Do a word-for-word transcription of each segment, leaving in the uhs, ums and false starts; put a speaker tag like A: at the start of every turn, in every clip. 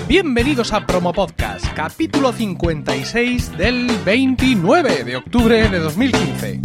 A: Bienvenidos a Promo Podcast, capítulo cincuenta y seis del veintinueve de octubre de dos mil quince.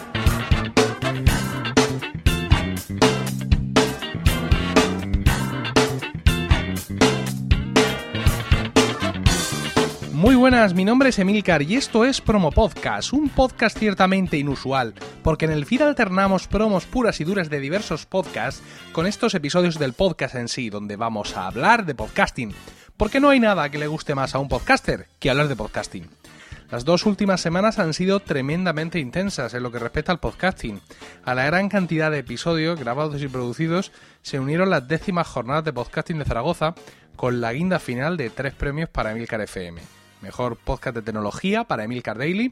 A: Muy buenas, mi nombre es Emilcar y esto es Promo Podcast, un podcast ciertamente inusual, porque en el feed alternamos promos puras y duras de diversos podcasts con estos episodios del podcast en sí, donde vamos a hablar de podcasting, porque no hay nada que le guste más a un podcaster que hablar de podcasting. Las dos últimas semanas han sido tremendamente intensas en lo que respecta al podcasting. A la gran cantidad de episodios grabados y producidos se unieron las décimas jornadas de podcasting de Zaragoza con la guinda final de tres premios para Emilcar F M. Mejor podcast de tecnología para Emilcar Daily,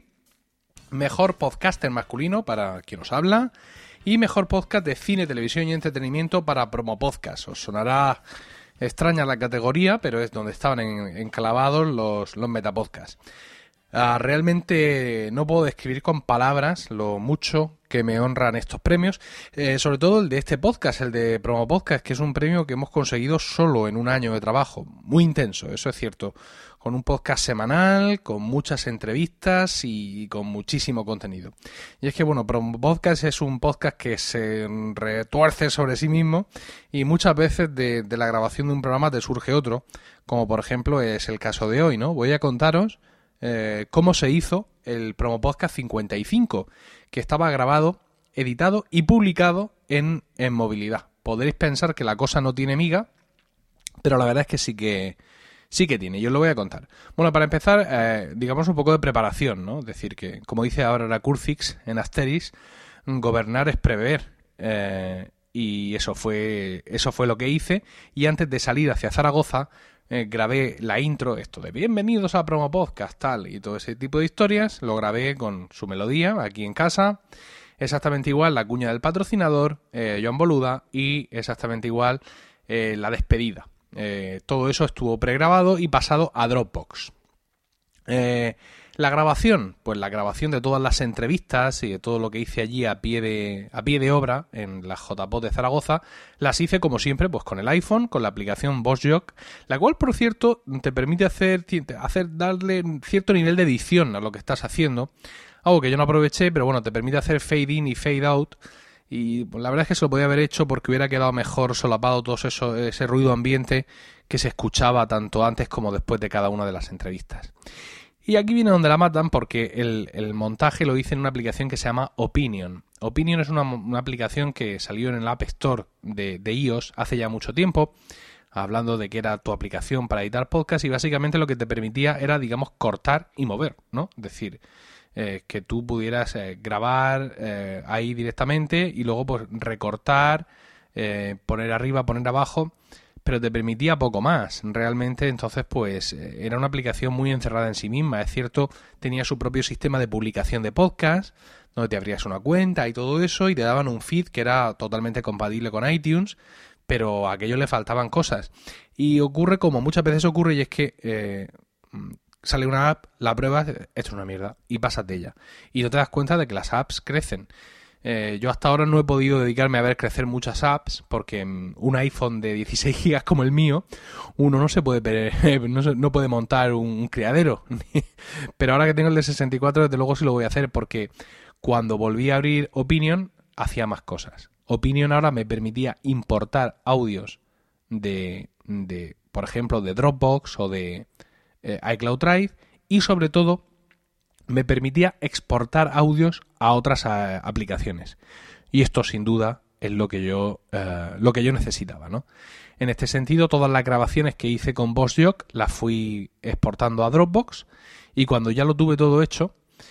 A: mejor podcaster masculino para quien os habla y mejor podcast de cine, televisión y entretenimiento para Promo Podcast. Os sonará extraña la categoría, pero es donde estaban en, enclavados los, los metapodcasts. Uh, realmente no puedo describir con palabras lo mucho que me honran estos premios, eh, sobre todo el de este podcast, el de Promo Podcast, que es un premio que hemos conseguido solo en un año de trabajo, muy intenso, eso es cierto, con un podcast semanal, con muchas entrevistas y con muchísimo contenido. Y es que, bueno, Promo Podcast es un podcast que se retuerce sobre sí mismo y muchas veces de, de la grabación de un programa te surge otro, como por ejemplo es el caso de hoy, ¿no? Voy a contaros Eh, cómo se hizo el Promo Podcast cincuenta y cinco, que estaba grabado, editado y publicado en, en movilidad. Podréis pensar que la cosa no tiene miga, pero la verdad es que sí que sí que tiene, yo os lo voy a contar. Bueno, para empezar, eh, digamos un poco de preparación, ¿no? Es decir, que como dice ahora la Curcix en Asterix, gobernar es prever. Eh, y eso fue, eso fue lo que hice, y antes de salir hacia Zaragoza, Eh, grabé la intro, esto de bienvenidos a Promo Podcast, tal, y todo ese tipo de historias, lo grabé con su melodía aquí en casa, exactamente igual la cuña del patrocinador, eh, Joan Boluda, y exactamente igual eh, la despedida. Eh, todo eso estuvo pregrabado y pasado a Dropbox. Eh, la grabación, pues la grabación de todas las entrevistas y de todo lo que hice allí a pie de a pie de obra en la J P O D de Zaragoza, las hice como siempre, pues con el iPhone, con la aplicación VozJock, la cual, por cierto, te permite hacer, hacer darle cierto nivel de edición a lo que estás haciendo, algo que yo no aproveché, pero bueno, te permite hacer fade in y fade out. Y pues, la verdad es que se lo podía haber hecho porque hubiera quedado mejor solapado todo eso, ese ruido ambiente que se escuchaba tanto antes como después de cada una de las entrevistas. Y aquí viene donde la matan, porque el, el montaje lo hice en una aplicación que se llama Opinion. Opinion es una, una aplicación que salió en el App Store de, de iOS hace ya mucho tiempo, hablando de que era tu aplicación para editar podcast, y básicamente lo que te permitía era, digamos, cortar y mover, ¿no? Es decir, eh, que tú pudieras eh, grabar eh, ahí directamente y luego pues recortar, eh, poner arriba, poner abajo, pero te permitía poco más. Realmente, entonces, pues era una aplicación muy encerrada en sí misma. Es cierto, tenía su propio sistema de publicación de podcast, donde te abrías una cuenta y todo eso, y te daban un feed que era totalmente compatible con iTunes, pero a aquello le faltaban cosas. Y ocurre como muchas veces ocurre, y es que eh, sale una app, la pruebas, esto es una mierda, y pasas de ella. Y no te das cuenta de que las apps crecen. Eh, yo hasta ahora no he podido dedicarme a ver crecer muchas apps porque un iPhone de dieciséis gigas como el mío, uno no se puede no, se, no puede montar un, un criadero. Pero ahora que tengo el de sesenta y cuatro, desde luego sí lo voy a hacer, porque cuando volví a abrir Opinion hacía más cosas. Opinion ahora me permitía importar audios de, de por ejemplo, de Dropbox o de eh, iCloud Drive, y sobre todo me permitía exportar audios a otras a, aplicaciones. Y esto, sin duda, es lo que yo eh, lo que yo necesitaba, ¿no? En este sentido, todas las grabaciones que hice con VozJock las fui exportando a Dropbox, y cuando ya lo tuve todo hecho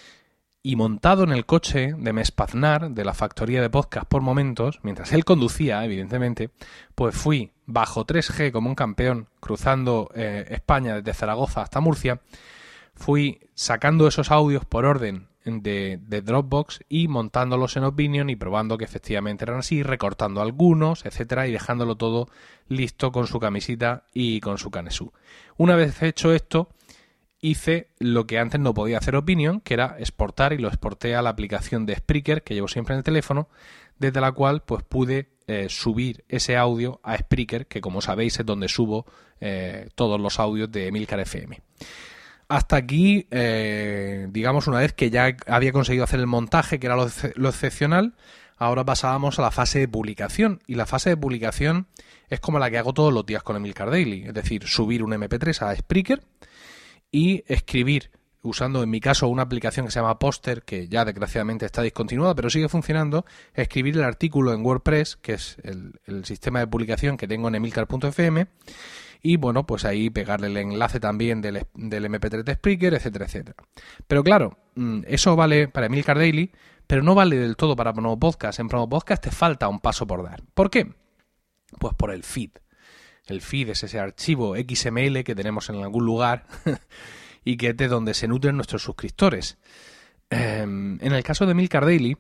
A: y montado en el coche de Mespaznar, de la factoría de podcast por momentos, mientras él conducía, evidentemente, pues fui bajo tres G como un campeón, cruzando eh, España desde Zaragoza hasta Murcia. Fui sacando esos audios por orden de, de Dropbox y montándolos en Opinion y probando que efectivamente eran así, recortando algunos, etcétera, y dejándolo todo listo con su camisita y con su canesú. Una vez hecho esto, hice lo que antes no podía hacer Opinion, que era exportar, y lo exporté a la aplicación de Spreaker que llevo siempre en el teléfono, desde la cual pues pude eh, subir ese audio a Spreaker, que como sabéis es donde subo eh, todos los audios de Emilcar F M. Hasta aquí, eh, digamos, una vez que ya había conseguido hacer el montaje, que era lo, lo excepcional, ahora pasábamos a la fase de publicación. Y la fase de publicación es como la que hago todos los días con Emilcar Daily, es decir, subir un eme pe tres a Spreaker y escribir, usando en mi caso una aplicación que se llama Poster, que ya desgraciadamente está discontinuada, pero sigue funcionando, escribir el artículo en WordPress, que es el, el sistema de publicación que tengo en emilcar punto efe eme, y bueno, pues ahí pegarle el enlace también del, del eme pe tres de Spreaker, etcétera, etcétera. Pero claro, eso vale para Emilcar Daily, pero no vale del todo para Promo Podcast. En Promo Podcast te falta un paso por dar. ¿Por qué? Pues por el feed. El feed es ese archivo equis eme ele que tenemos en algún lugar y que es de donde se nutren nuestros suscriptores. Eh, en el caso de Emilcar Daily,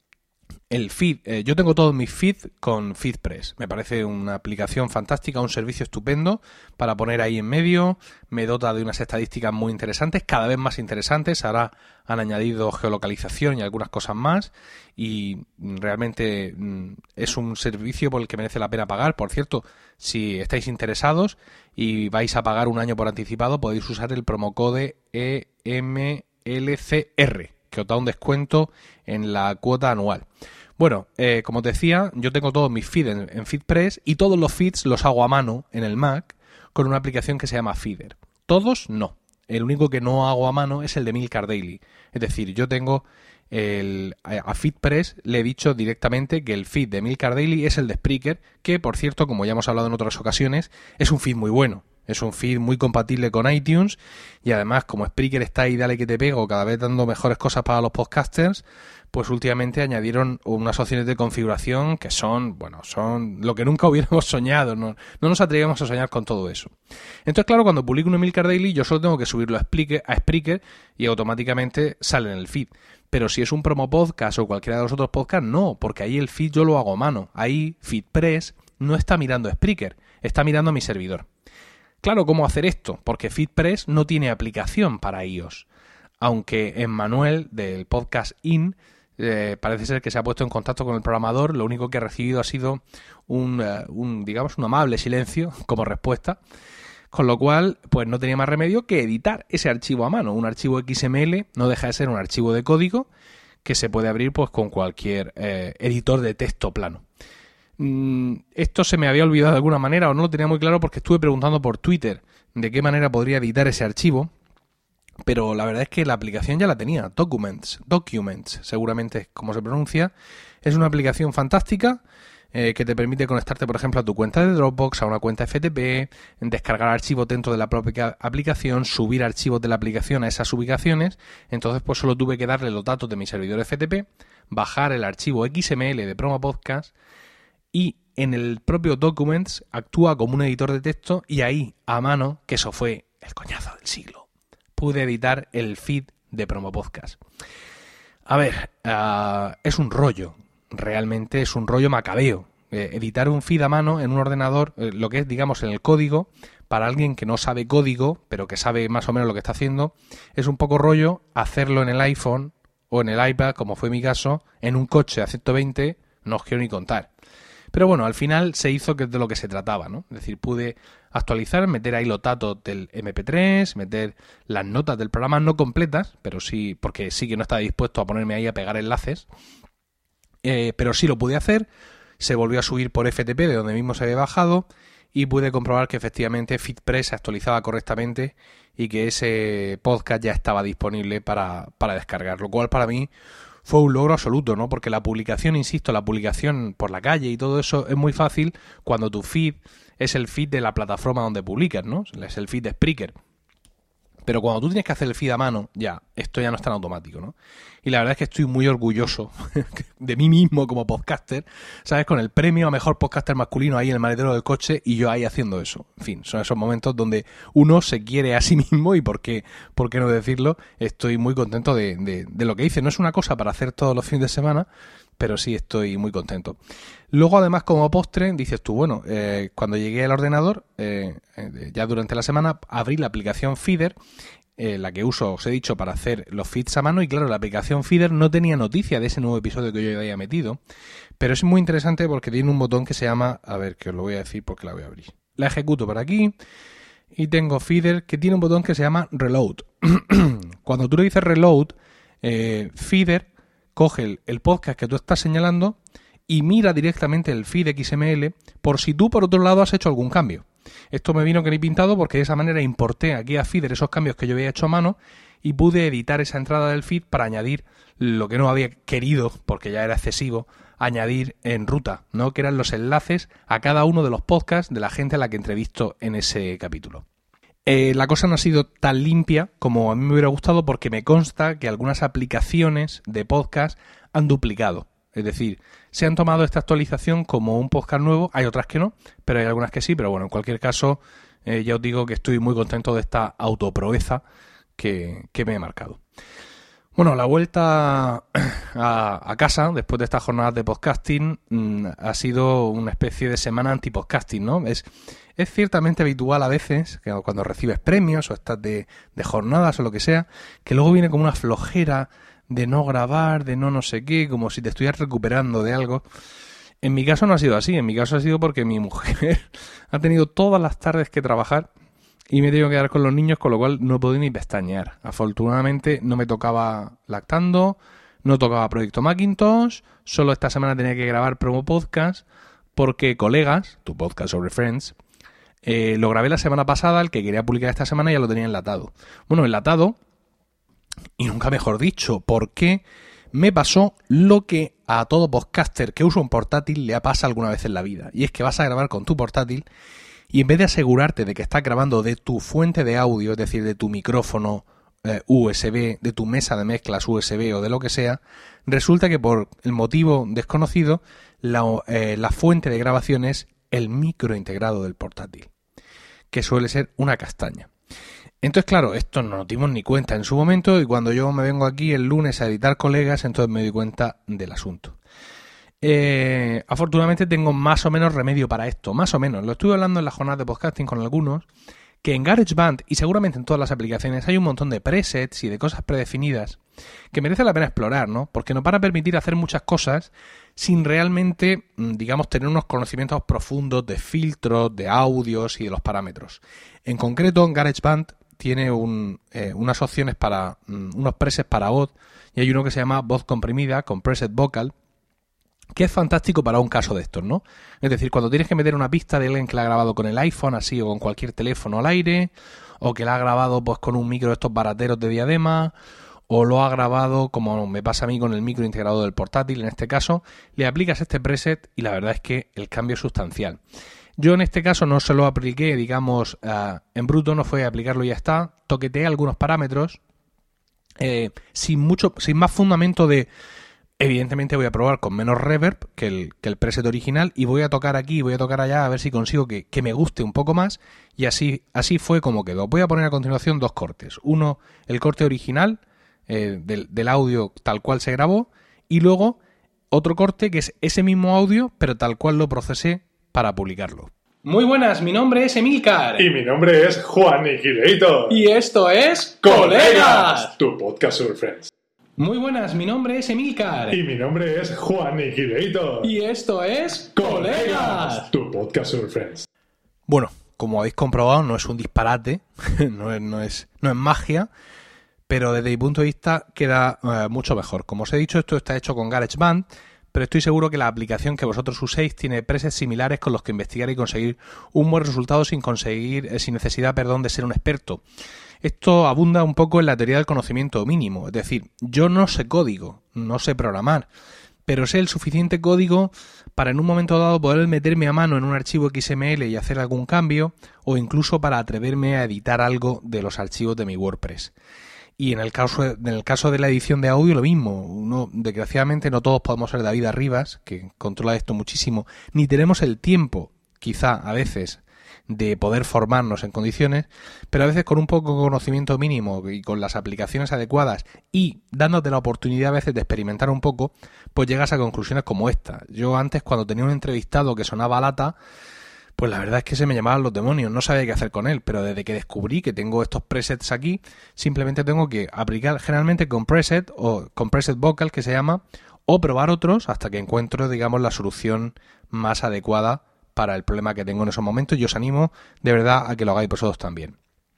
A: el feed, eh, yo tengo todos mis feeds con FeedPress. Me parece una aplicación fantástica, un servicio estupendo para poner ahí en medio. Me dota de unas estadísticas muy interesantes, cada vez más interesantes. Ahora han añadido geolocalización y algunas cosas más. Y realmente mm, es un servicio por el que merece la pena pagar. Por cierto, si estáis interesados y vais a pagar un año por anticipado, podéis usar el promocode E M L C R, que os da un descuento en la cuota anual. Bueno, eh, como os decía, yo tengo todos mis feeds en, en FeedPress y todos los feeds los hago a mano en el Mac con una aplicación que se llama Feeder. Todos no. El único que no hago a mano es el de Emilcar Daily. Es decir, yo tengo el, a FeedPress le he dicho directamente que el feed de Emilcar Daily es el de Spreaker, que por cierto, como ya hemos hablado en otras ocasiones, es un feed muy bueno. Es un feed muy compatible con iTunes y además, como Spreaker está ahí, dale que te pego, cada vez dando mejores cosas para los podcasters, pues últimamente añadieron unas opciones de configuración que son, bueno, son lo que nunca hubiéramos soñado, no, no nos atrevemos a soñar con todo eso. Entonces, claro, cuando publico un Emilcar Daily, yo solo tengo que subirlo a Spreaker, a Spreaker y automáticamente sale en el feed. Pero si es un promo podcast o cualquiera de los otros podcasts, no, porque ahí el feed yo lo hago a mano. Ahí FeedPress no está mirando a Spreaker, está mirando a mi servidor. Claro, ¿cómo hacer esto? Porque FeedPress no tiene aplicación para iOS, aunque en Manuel del podcast In eh, parece ser que se ha puesto en contacto con el programador. Lo único que ha recibido ha sido un, uh, un, digamos, un amable silencio como respuesta, con lo cual pues no tenía más remedio que editar ese archivo a mano. Un archivo equis eme ele no deja de ser un archivo de código que se puede abrir pues con cualquier eh, editor de texto plano. Esto se me había olvidado de alguna manera o no lo tenía muy claro porque estuve preguntando por Twitter de qué manera podría editar ese archivo, pero la verdad es que la aplicación ya la tenía. Documents, Documents, seguramente es como se pronuncia. Es una aplicación fantástica eh, que te permite conectarte, por ejemplo, a tu cuenta de Dropbox, a una cuenta efe te pe, descargar archivos dentro de la propia aplicación, subir archivos de la aplicación a esas ubicaciones. Entonces, pues solo tuve que darle los datos de mi servidor efe te pe, bajar el archivo equis eme ele de Promo Podcast y en el propio Documents actúa como un editor de texto y ahí, a mano, que eso fue el coñazo del siglo, pude editar el feed de Promo Podcast. A ver, uh, es un rollo, realmente es un rollo macabeo. Eh, editar un feed a mano en un ordenador, eh, lo que es, digamos, en el código, para alguien que no sabe código, pero que sabe más o menos lo que está haciendo, es un poco rollo hacerlo en el iPhone o en el iPad, como fue mi caso, en un coche a ciento veinte, no os quiero ni contar. Pero bueno, al final se hizo que es de lo que se trataba, ¿no? Es decir, pude actualizar, meter ahí los datos del eme pe tres, meter las notas del programa no completas, pero sí, porque sí que no estaba dispuesto a ponerme ahí a pegar enlaces, eh, pero sí lo pude hacer. Se volvió a subir por efe te pe, de donde mismo se había bajado, y pude comprobar que efectivamente FeedPress se actualizaba correctamente y que ese podcast ya estaba disponible para, para descargar, lo cual para mí fue un logro absoluto, ¿no? Porque la publicación, insisto, la publicación por la calle y todo eso es muy fácil cuando tu feed es el feed de la plataforma donde publicas, ¿no? Es el feed de Spreaker. Pero cuando tú tienes que hacer el feed a mano, ya, esto ya no es tan automático, ¿no? Y la verdad es que estoy muy orgulloso de mí mismo como podcaster, ¿sabes? Con el premio a mejor podcaster masculino ahí en el maletero del coche y yo ahí haciendo eso. En fin, son esos momentos donde uno se quiere a sí mismo y por qué, por qué no decirlo, estoy muy contento de, de, de lo que hice. No es una cosa para hacer todos los fines de semana, pero sí estoy muy contento. Luego, además, como postre, dices tú, bueno, eh, cuando llegué al ordenador, eh, eh, ya durante la semana, abrí la aplicación Feeder eh, la que uso, os he dicho, para hacer los feeds a mano, y claro, la aplicación Feeder no tenía noticia de ese nuevo episodio que yo había metido, pero es muy interesante porque tiene un botón que se llama, a ver, que os lo voy a decir porque la voy a abrir. La ejecuto por aquí y tengo Feeder que tiene un botón que se llama Reload. Cuando tú le dices Reload, eh, Feeder coge el, el podcast que tú estás señalando y mira directamente el feed X M L por si tú por otro lado has hecho algún cambio. Esto me vino que ni pintado porque de esa manera importé aquí a Feeder esos cambios que yo había hecho a mano y pude editar esa entrada del feed para añadir lo que no había querido, porque ya era excesivo, añadir en ruta, ¿no? Que eran los enlaces a cada uno de los podcasts de la gente a la que entrevisto en ese capítulo. Eh, la cosa no ha sido tan limpia como a mí me hubiera gustado porque me consta que algunas aplicaciones de podcast han duplicado. Es decir, se han tomado esta actualización como un podcast nuevo, hay otras que no, pero hay algunas que sí, pero bueno, en cualquier caso, eh, ya os digo que estoy muy contento de esta autoproeza que, que me he marcado. Bueno, la vuelta a, a casa, después de estas jornadas de podcasting, mmm, ha sido una especie de semana anti-podcasting, ¿no? Es, es ciertamente habitual a veces, que cuando recibes premios o estás de, de jornadas o lo que sea, que luego viene como una flojera de no grabar, de no no sé qué, como si te estuvieras recuperando de algo. En mi caso no ha sido así, en mi caso ha sido porque mi mujer ha tenido todas las tardes que trabajar y me he tenido que quedar con los niños, con lo cual no he podido ni pestañear. Afortunadamente no me tocaba Lactando, no tocaba Proyecto Macintosh, solo esta semana tenía que grabar Promo Podcast porque Colegas, tu podcast sobre Friends, eh, lo grabé la semana pasada, el que quería publicar esta semana ya lo tenía enlatado. Bueno, enlatado, y nunca mejor dicho, porque me pasó lo que a todo podcaster que usa un portátil le pasa alguna vez en la vida, y es que vas a grabar con tu portátil y en vez de asegurarte de que estás grabando de tu fuente de audio, es decir, de tu micrófono eh, U S B, de tu mesa de mezclas U S B o de lo que sea, resulta que por el motivo desconocido la, eh, la fuente de grabación es el micro integrado del portátil, que suele ser una castaña. Entonces, claro, esto no nos dimos ni cuenta en su momento y cuando yo me vengo aquí el lunes a editar Colegas, entonces me doy cuenta del asunto. Eh, afortunadamente tengo más o menos remedio para esto, más o menos. Lo estuve hablando en la jornada de podcasting con algunos, que en GarageBand y seguramente en todas las aplicaciones hay un montón de presets y de cosas predefinidas que merece la pena explorar, ¿no? Porque nos van a permitir hacer muchas cosas sin realmente, digamos, tener unos conocimientos profundos de filtros, de audios y de los parámetros. En concreto, en GarageBand tiene un, eh, unas opciones para um, unos presets para voz y hay uno que se llama voz comprimida con preset vocal, que es fantástico para un caso de estos, ¿no? Es decir, cuando tienes que meter una pista de alguien que la ha grabado con el iPhone así o con cualquier teléfono al aire, o que la ha grabado pues con un micro de estos barateros de diadema, o lo ha grabado como me pasa a mí con el micro integrado del portátil, en este caso, le aplicas este preset y la verdad es que el cambio es sustancial. Yo en este caso no se lo apliqué, digamos, uh, en bruto, no fue aplicarlo y ya está, toqueteé algunos parámetros, eh, sin mucho, sin más fundamento de... Evidentemente voy a probar con menos reverb que el, que el preset original y voy a tocar aquí y voy a tocar allá a ver si consigo que, que me guste un poco más y así, así fue como quedó. Voy a poner a continuación dos cortes. Uno, el corte original eh, del, del audio tal cual se grabó y luego otro corte que es ese mismo audio pero tal cual lo procesé para publicarlo.
B: Muy buenas, mi nombre es Emilcar.
C: Y mi nombre es Juan Niquilator.
B: Y esto es
C: Colegas, tu podcast sobre Friends.
B: Muy buenas, mi nombre es Emilcar.
C: Y mi nombre es Juan Niquilator.
B: Y esto es
C: Colegas, tu podcast sobre Friends.
A: Bueno, como habéis comprobado, no es un disparate, no es, no es, no es magia, pero desde mi punto de vista queda eh, mucho mejor. Como os he dicho, esto está hecho con GarageBand, pero estoy seguro que la aplicación que vosotros uséis tiene presets similares con los que investigar y conseguir un buen resultado sin conseguir, eh, sin necesidad, perdón, de ser un experto. Esto abunda un poco en la teoría del conocimiento mínimo, es decir, yo no sé código, no sé programar, pero sé el suficiente código para en un momento dado poder meterme a mano en un archivo X M L y hacer algún cambio, o incluso para atreverme a editar algo de los archivos de mi WordPress. Y en el caso, en el caso de la edición de audio lo mismo. Uno, desgraciadamente no todos podemos ser David Arribas, que controla esto muchísimo, ni tenemos el tiempo, quizá a veces, de poder formarnos en condiciones, pero a veces con un poco de conocimiento mínimo y con las aplicaciones adecuadas y dándote la oportunidad a veces de experimentar un poco, pues llegas a conclusiones como esta. Yo antes, cuando tenía un entrevistado que sonaba a lata, pues la verdad es que se me llamaban los demonios, no sabía qué hacer con él, pero desde que descubrí que tengo estos presets aquí, simplemente tengo que aplicar generalmente con preset o con preset vocal, que se llama, o probar otros hasta que encuentro, digamos, la solución más adecuada para el problema que tengo en esos momentos, y os animo de verdad a que lo hagáis vosotros también.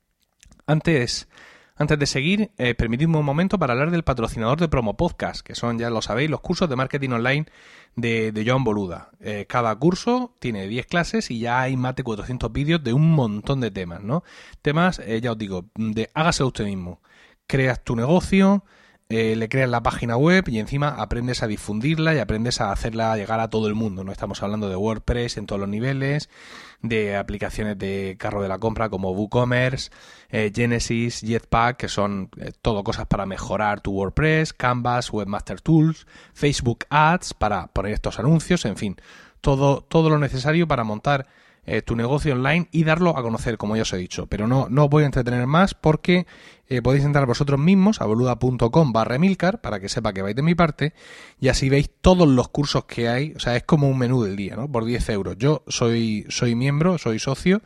A: Antes... Antes de seguir, eh, permitidme un momento para hablar del patrocinador de Promo Podcast, que son, ya lo sabéis, los cursos de marketing online de, de Joan Boluda. Eh, cada curso tiene diez clases y ya hay más de cuatrocientos vídeos de un montón de temas, ¿no? Temas, eh, ya os digo, de hágaselo usted mismo. Creas tu negocio, eh, le creas la página web y encima aprendes a difundirla y aprendes a hacerla llegar a todo el mundo, ¿no? Estamos hablando de WordPress en todos los niveles, de aplicaciones de carro de la compra como WooCommerce, eh, Genesis, Jetpack, que son eh, todo cosas para mejorar tu WordPress, Canvas, Webmaster Tools, Facebook Ads para poner estos anuncios, en fin, todo, todo lo necesario para montar eh, tu negocio online y darlo a conocer, como ya os he dicho. Pero no, no os voy a entretener más porque eh, podéis entrar vosotros mismos a boluda.com barra Emilcar para que sepa que vais de mi parte y así veis todos los cursos que hay. O sea, es como un menú del día, ¿no? Por diez euros. Yo soy, soy miembro, soy socio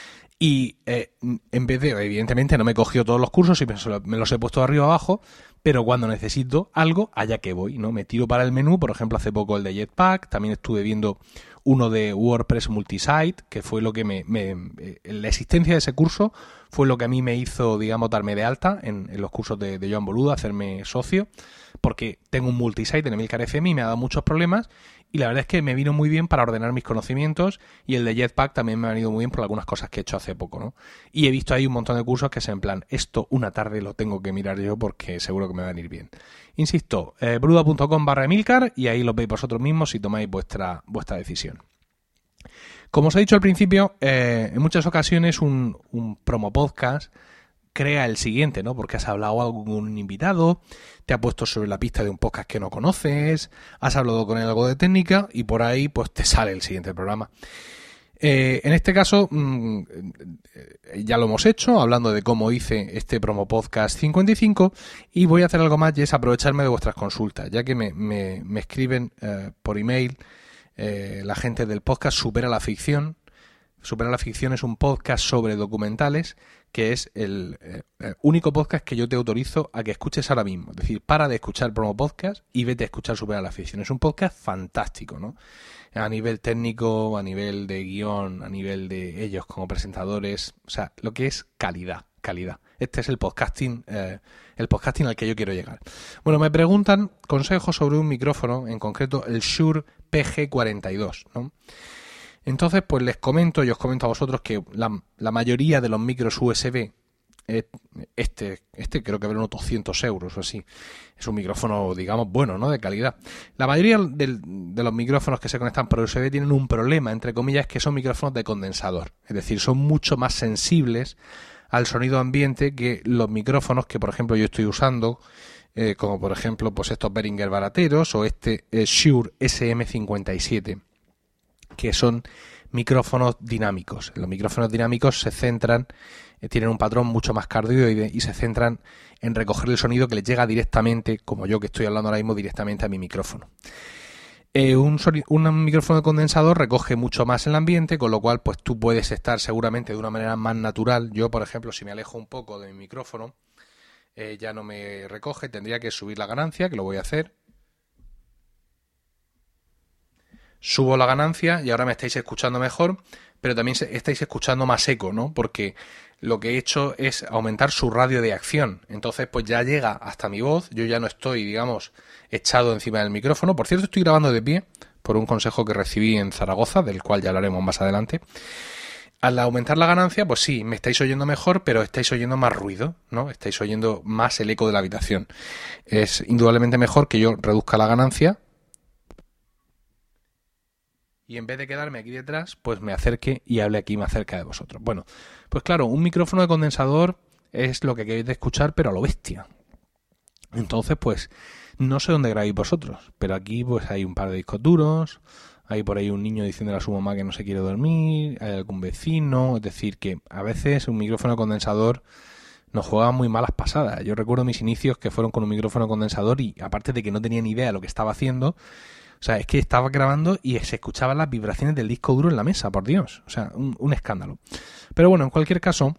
A: y eh, en vez de, evidentemente no me he cogido todos los cursos y me, me los he puesto de arriba abajo, pero cuando necesito algo, allá que voy, ¿no? Me tiro para el menú, por ejemplo, hace poco el de Jetpack, también estuve viendo uno de WordPress Multisite, que fue lo que me, me... La existencia de ese curso fue lo que a mí me hizo, digamos, darme de alta en, en los cursos de, de Joan Boluda, hacerme socio, porque tengo un multisite en Emilcar F M y me ha dado muchos problemas, y la verdad es que me vino muy bien para ordenar mis conocimientos, y el de Jetpack también me ha venido muy bien por algunas cosas que he hecho hace poco, ¿no? Y he visto ahí un montón de cursos que es en plan, esto una tarde lo tengo que mirar yo porque seguro que me va a venir bien. Insisto, eh, boluda.com barra Emilcar y ahí lo veis vosotros mismos si tomáis vuestra, vuestra decisión. Como os he dicho al principio, eh, en muchas ocasiones un, un promo podcast crea el siguiente, ¿no? Porque has hablado algo con un invitado, te ha puesto sobre la pista de un podcast que no conoces, has hablado con él algo de técnica y por ahí pues te sale el siguiente programa. Eh, en este caso mmm, ya lo hemos hecho, hablando de cómo hice este promo podcast cincuenta y cinco, y voy a hacer algo más y es aprovecharme de vuestras consultas, ya que me, me, me escriben eh, por email eh, la gente del podcast Supera la Ficción. Supera la Ficción es un podcast sobre documentales que es el eh, único podcast que yo te autorizo a que escuches ahora mismo. Es decir, para de escuchar promo podcast y vete a escuchar Supera la Ficción. Es un podcast fantástico, ¿no? A nivel técnico, a nivel de guión, a nivel de ellos como presentadores, o sea, lo que es calidad, calidad. Este es el podcasting, eh, el podcasting al que yo quiero llegar. Bueno, me preguntan consejos sobre un micrófono, en concreto el Shure P G cuarenta y dos, ¿no? Entonces, pues les comento y os comento a vosotros que la, la mayoría de los micros U S B, este, este creo que vale unos doscientos euros o así, es un micrófono, digamos, bueno, ¿no? De calidad. La mayoría del, de los micrófonos que se conectan por U S B tienen un problema, entre comillas, que son micrófonos de condensador. Es decir, son mucho más sensibles al sonido ambiente que los micrófonos que, por ejemplo, yo estoy usando, eh, como por ejemplo, pues estos Behringer barateros o este eh, Shure S M cincuenta y siete. Que son micrófonos dinámicos. Los micrófonos dinámicos se centran, eh, tienen un patrón mucho más cardioide y se centran en recoger el sonido que les llega directamente, como yo que estoy hablando ahora mismo, directamente a mi micrófono. Eh, un, un micrófono de condensador recoge mucho más el ambiente, con lo cual pues tú puedes estar seguramente de una manera más natural. Yo, por ejemplo, si me alejo un poco de mi micrófono, eh, ya no me recoge, tendría que subir la ganancia, que lo voy a hacer. Subo la ganancia y ahora me estáis escuchando mejor, pero también estáis escuchando más eco, ¿no? Porque lo que he hecho es aumentar su radio de acción. Entonces, pues ya llega hasta mi voz. Yo ya no estoy, digamos, echado encima del micrófono. Por cierto, estoy grabando de pie por un consejo que recibí en Zaragoza, del cual ya hablaremos más adelante. Al aumentar la ganancia, pues sí, me estáis oyendo mejor, pero estáis oyendo más ruido, ¿no? Estáis oyendo más el eco de la habitación. Es indudablemente mejor que yo reduzca la ganancia y en vez de quedarme aquí detrás, pues me acerque y hable aquí más cerca de vosotros. Bueno, pues claro, un micrófono de condensador es lo que queréis de escuchar, pero a lo bestia. Entonces, pues, no sé dónde grabáis vosotros, pero aquí pues hay un par de discos duros, hay por ahí un niño diciéndole a su mamá que no se quiere dormir, hay algún vecino, es decir, que a veces un micrófono de condensador nos juega muy malas pasadas. Yo recuerdo mis inicios que fueron con un micrófono de condensador y aparte de que no tenía ni idea de lo que estaba haciendo, O sea, es que estaba grabando y se escuchaban las vibraciones del disco duro en la mesa, por Dios. O sea, un, un escándalo. Pero bueno, en cualquier caso,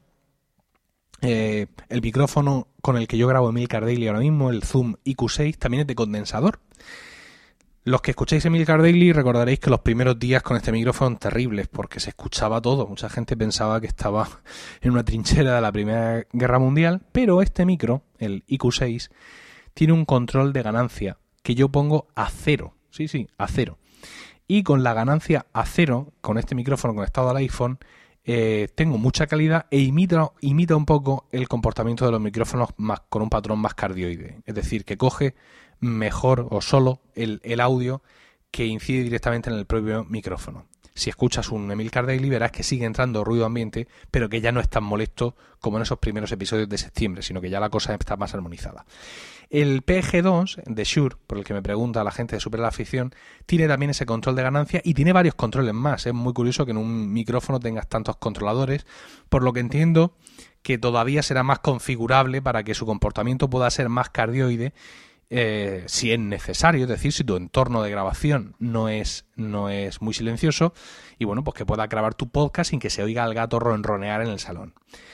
A: eh, el micrófono con el que yo grabo Emilcar Daily ahora mismo, el Zoom I Q seis, también es de condensador. Los que escucháis Emilcar Daily recordaréis que los primeros días con este micrófono fueron terribles porque se escuchaba todo. Mucha gente pensaba que estaba en una trinchera de la Primera Guerra Mundial, pero este micro, el I Q seis, tiene un control de ganancia que yo pongo a cero. Sí, sí, a cero. Y con la ganancia a cero, con este micrófono conectado al iPhone, eh, tengo mucha calidad e imita, imita un poco el comportamiento de los micrófonos más, con un patrón más cardioide. Es decir, que coge mejor o solo el, el audio que incide directamente en el propio micrófono. Si escuchas un Emilcar Daily verás que sigue entrando ruido ambiente, pero que ya no es tan molesto como en esos primeros episodios de septiembre, sino que ya la cosa está más armonizada. El P G dos de Shure, por el que me pregunta la gente de Supera la Afición, tiene también ese control de ganancia y tiene varios controles más. Es muy curioso que en un micrófono tengas tantos controladores, por lo que entiendo que todavía será más configurable para que su comportamiento pueda ser más cardioide, Eh, si es necesario, es decir, si tu entorno de grabación no es, no es muy silencioso, y bueno, pues que pueda grabar tu podcast sin que se oiga al gato ronronear en el salón.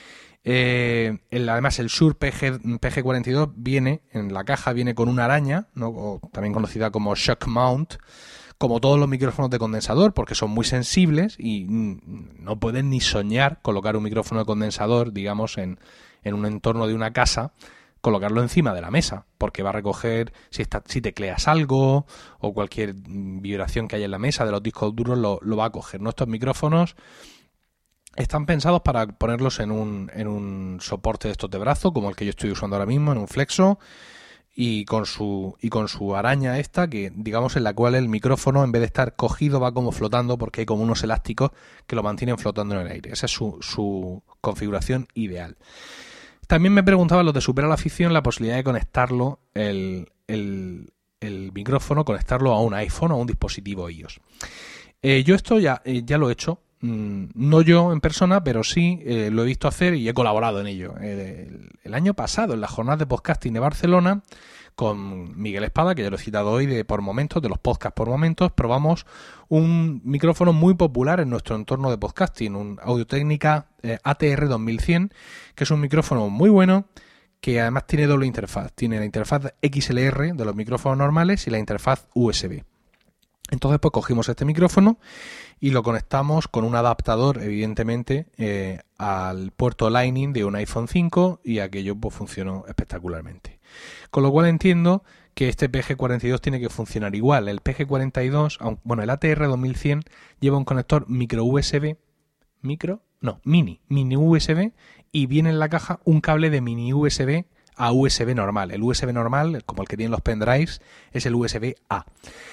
A: Eh, el, además el Shure P G cuarenta y dos viene, en la caja viene con una araña, ¿no? O también conocida como shock mount, como todos los micrófonos de condensador, porque son muy sensibles y no pueden ni soñar colocar un micrófono de condensador, digamos, en, en un entorno de una casa, colocarlo encima de la mesa, porque va a recoger si, está, si tecleas algo o cualquier vibración que haya en la mesa de los discos duros lo, lo va a coger. Nuestros micrófonos están pensados para ponerlos en un, en un soporte de estos de brazo, como el que yo estoy usando ahora mismo, en un flexo, y con su y con su araña esta, que digamos en la cual el micrófono, en vez de estar cogido, va como flotando, porque hay como unos elásticos que lo mantienen flotando en el aire. Esa es su, su configuración ideal. También me preguntaban los de Supera la Afición la posibilidad de conectarlo, el, el, el micrófono, conectarlo a un iPhone o a un dispositivo iOS. Eh, yo esto ya, eh, ya lo he hecho, mm, no yo en persona, pero sí eh, lo he visto hacer y he colaborado en ello. Eh, el, el año pasado, en la jornada de podcasting de Barcelona, con Miguel Espada, que ya lo he citado hoy, de Por Momentos, de los podcasts por momentos, probamos un micrófono muy popular en nuestro entorno de podcasting, un Audio-Técnica eh, A T R dos mil cien, que es un micrófono muy bueno, que además tiene doble interfaz. Tiene la interfaz X L R de los micrófonos normales y la interfaz U S B. Entonces pues cogimos este micrófono y lo conectamos con un adaptador, evidentemente, eh, al puerto Lightning de un iPhone cinco, y aquello pues funcionó espectacularmente. Con lo cual entiendo que este P G cuarenta y dos tiene que funcionar igual. El P G cuarenta y dos, bueno, el A T R dos mil cien lleva un conector micro U S B, micro, no, mini, mini U S B, y viene en la caja un cable de mini U S B a U S B normal. El U S B normal, como el que tienen los pendrives, es el U S B A.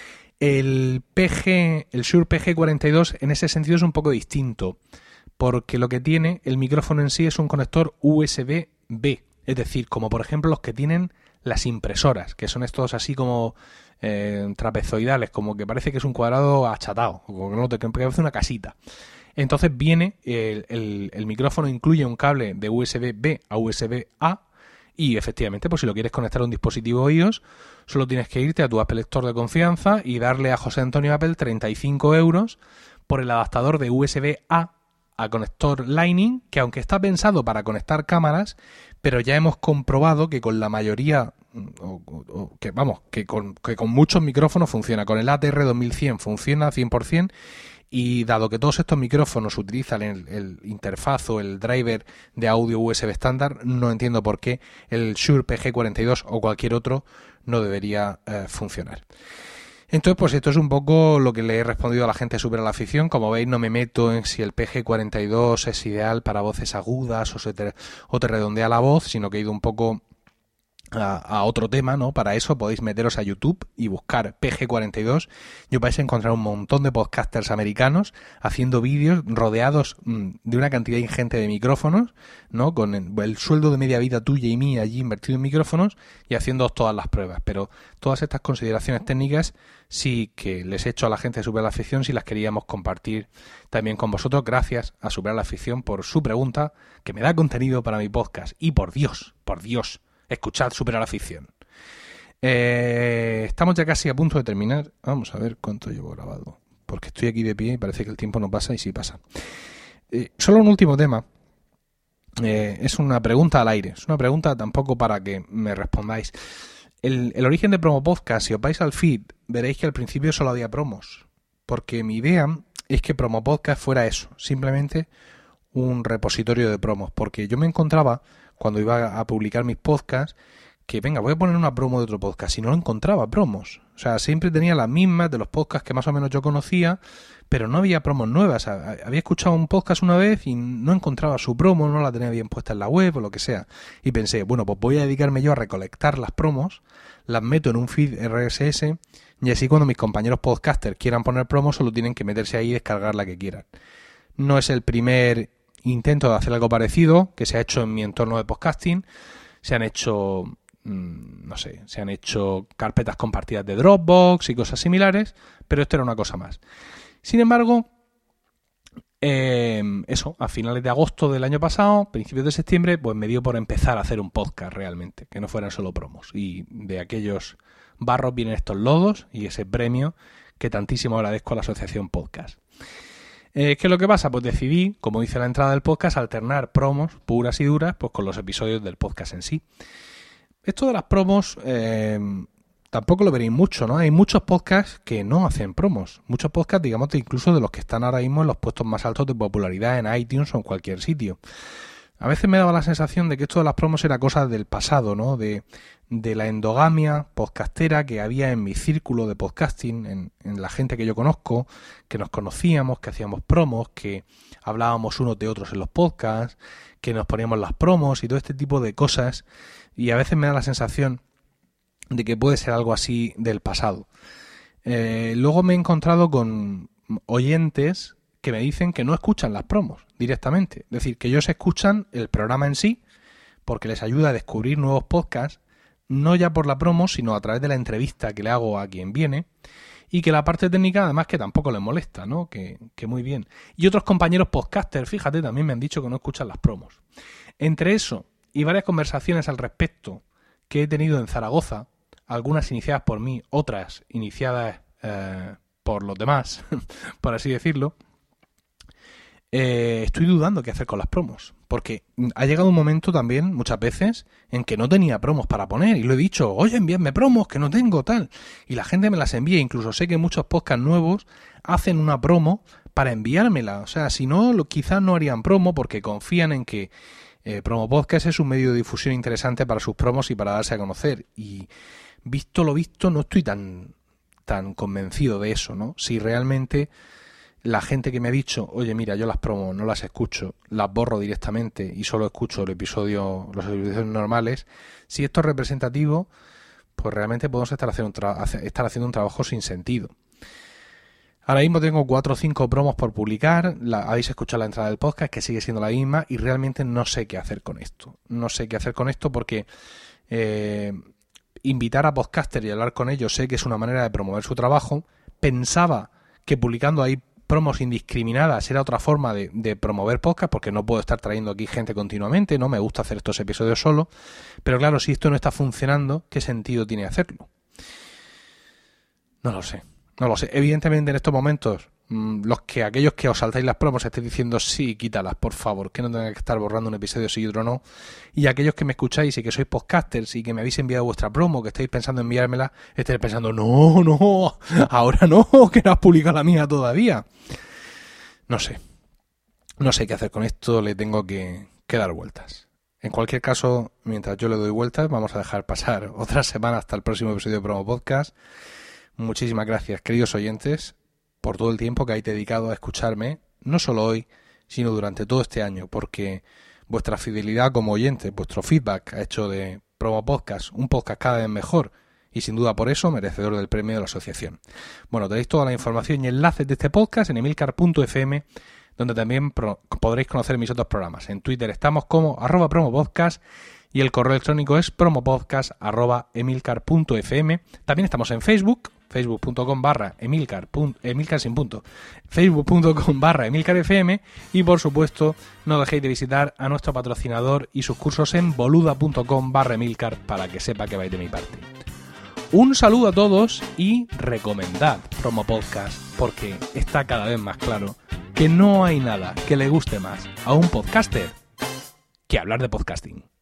A: El P G, el Shure P G cuarenta y dos en ese sentido es un poco distinto, porque lo que tiene el micrófono en sí es un conector U S B B, es decir, como por ejemplo los que tienen las impresoras, que son estos así como eh, trapezoidales, como que parece que es un cuadrado achatado, como que no te que parece una casita. Entonces viene, el, el, el micrófono incluye un cable de U S B B a U S B A, y efectivamente, pues si lo quieres conectar a un dispositivo iOS, solo tienes que irte a tu Apple Store de confianza y darle a José Antonio Apple treinta y cinco euros por el adaptador de U S B A a conector Lightning, que aunque está pensado para conectar cámaras, pero ya hemos comprobado que con la mayoría, o, o, que vamos, que con, que con muchos micrófonos funciona. Con el A T R dos mil cien funciona cien por ciento, y dado que todos estos micrófonos utilizan el, el interfaz o el driver de audio U S B estándar, no entiendo por qué el Shure P G cuarenta y dos o cualquier otro no debería eh, funcionar. Entonces, pues esto es un poco lo que le he respondido a la gente de Supera la Afición. Como veis, no me meto en si el P G cuarenta y dos es ideal para voces agudas o, se te, o te redondea la voz, sino que he ido un poco a, a otro tema, ¿no? Para eso podéis meteros a YouTube y buscar P G cuarenta y dos y os vais a encontrar un montón de podcasters americanos haciendo vídeos rodeados mmm, de una cantidad ingente de micrófonos, ¿no? Con el, el sueldo de media vida tuya y mía allí invertido en micrófonos y haciendo todas las pruebas. Pero todas estas consideraciones técnicas sí que les he hecho a la gente de Supera la Afición, si las queríamos compartir también con vosotros. Gracias a Supera la Afición por su pregunta, que me da contenido para mi podcast. Y por Dios, por Dios, escuchad Supera la Afición. Eh, estamos ya casi a punto de terminar. Vamos a ver cuánto llevo grabado, porque estoy aquí de pie y parece que el tiempo no pasa, y sí pasa. Eh, solo un último tema. Eh, es una pregunta al aire. Es una pregunta tampoco para que me respondáis. El, el origen de Promo Podcast, si os vais al feed, veréis que al principio solo había promos. Porque mi idea es que Promo Podcast fuera eso, simplemente un repositorio de promos. Porque yo me encontraba, cuando iba a publicar mis podcasts, que venga, voy a poner una promo de otro podcast, y no encontraba promos. O sea, siempre tenía las mismas de los podcasts que más o menos yo conocía, pero no había promos nuevas. Había escuchado un podcast una vez y no encontraba su promo, no la tenía bien puesta en la web o lo que sea. Y pensé, bueno, pues voy a dedicarme yo a recolectar las promos, las meto en un feed R S S, y así cuando mis compañeros podcasters quieran poner promos, solo tienen que meterse ahí y descargar la que quieran. No es el primer intento de hacer algo parecido que se ha hecho en mi entorno de podcasting. Se han hecho... no sé, se han hecho carpetas compartidas de Dropbox y cosas similares, pero esto era una cosa más. Sin embargo, eh, eso, a finales de agosto del año pasado, principios de septiembre, pues me dio por empezar a hacer un podcast realmente, que no fueran solo promos. Y de aquellos barros vienen estos lodos y ese premio que tantísimo agradezco a la Asociación Podcast. Eh, ¿Qué es lo que pasa? Pues decidí, como dice la entrada del podcast, alternar promos puras y duras pues con los episodios del podcast en sí. Esto de las promos eh, tampoco lo veréis mucho, ¿no? Hay muchos podcasts que no hacen promos. Muchos podcasts, digamos, incluso de los que están ahora mismo en los puestos más altos de popularidad en iTunes o en cualquier sitio. A veces me daba la sensación de que esto de las promos era cosa del pasado, ¿no? De, de la endogamia podcastera que había en mi círculo de podcasting, en, en la gente que yo conozco, que nos conocíamos, que hacíamos promos, que hablábamos unos de otros en los podcasts, que nos poníamos las promos y todo este tipo de cosas. Y a veces me da la sensación de que puede ser algo así del pasado. Eh, luego me he encontrado con oyentes que me dicen que no escuchan las promos directamente. Es decir, que ellos escuchan el programa en sí porque les ayuda a descubrir nuevos podcasts, no ya por la promo, sino a través de la entrevista que le hago a quien viene, y que la parte técnica además que tampoco les molesta, ¿no? Que, que muy bien. Y otros compañeros podcasters, fíjate, también me han dicho que no escuchan las promos. Entre eso y varias conversaciones al respecto que he tenido en Zaragoza, algunas iniciadas por mí, otras iniciadas eh, por los demás, por así decirlo, eh, estoy dudando qué hacer con las promos. Porque ha llegado un momento también, muchas veces, en que no tenía promos para poner. Y lo he dicho, oye, envíame promos, que no tengo, tal. Y la gente me las envía. Incluso sé que muchos podcasts nuevos hacen una promo para enviármela. O sea, si no, lo, quizás no harían promo porque confían en que Eh, Promo Podcast es un medio de difusión interesante para sus promos y para darse a conocer. Y visto lo visto, no estoy tan, tan convencido de eso, ¿no? Si realmente la gente que me ha dicho, oye, mira, yo las promos no las escucho, las borro directamente y solo escucho el episodio, los episodios normales, si esto es representativo, pues realmente podemos estar haciendo un, tra- estar haciendo un trabajo sin sentido. Ahora mismo tengo cuatro o cinco promos por publicar, la, habéis escuchado la entrada del podcast que sigue siendo la misma y realmente no sé qué hacer con esto. No sé qué hacer con esto porque eh, invitar a podcasters y hablar con ellos sé que es una manera de promover su trabajo. Pensaba que publicando ahí promos indiscriminadas era otra forma de, de promover podcast porque no puedo estar trayendo aquí gente continuamente, no me gusta hacer estos episodios solo. Pero claro, si esto no está funcionando, ¿qué sentido tiene hacerlo? No lo sé. No lo sé. Evidentemente en estos momentos mmm, los que aquellos que os saltáis las promos estéis diciendo sí, quítalas, por favor, que no tenga que estar borrando un episodio sí y otro no. Y aquellos que me escucháis y que sois podcasters y que me habéis enviado vuestra promo, que estáis pensando en enviármela, estáis pensando, no, no, ahora no, que no has publicado la mía todavía. No sé. No sé qué hacer con esto, le tengo que, que dar vueltas. En cualquier caso, mientras yo le doy vueltas, vamos a dejar pasar otra semana hasta el próximo episodio de Promo Podcast. Muchísimas gracias, queridos oyentes, por todo el tiempo que habéis dedicado a escucharme, no solo hoy, sino durante todo este año, porque vuestra fidelidad como oyentes, vuestro feedback ha hecho de Promo Podcast un podcast cada vez mejor y sin duda por eso merecedor del premio de la asociación. Bueno, tenéis toda la información y enlaces de este podcast en emilcar punto efe eme, donde también pro- podréis conocer mis otros programas. En Twitter estamos como arroba promopodcast y el correo electrónico es promopodcast arroba emilcar punto efe eme. También estamos en Facebook, facebook punto com barra emilcar, emilcar sin punto, facebook punto com barra emilcar efe eme y por supuesto no dejéis de visitar a nuestro patrocinador y sus cursos en boluda punto com barra emilcar para que sepa que vais de mi parte. Un saludo a todos y recomendad Promo Podcast, porque está cada vez más claro que no hay nada que le guste más a un podcaster que hablar de podcasting.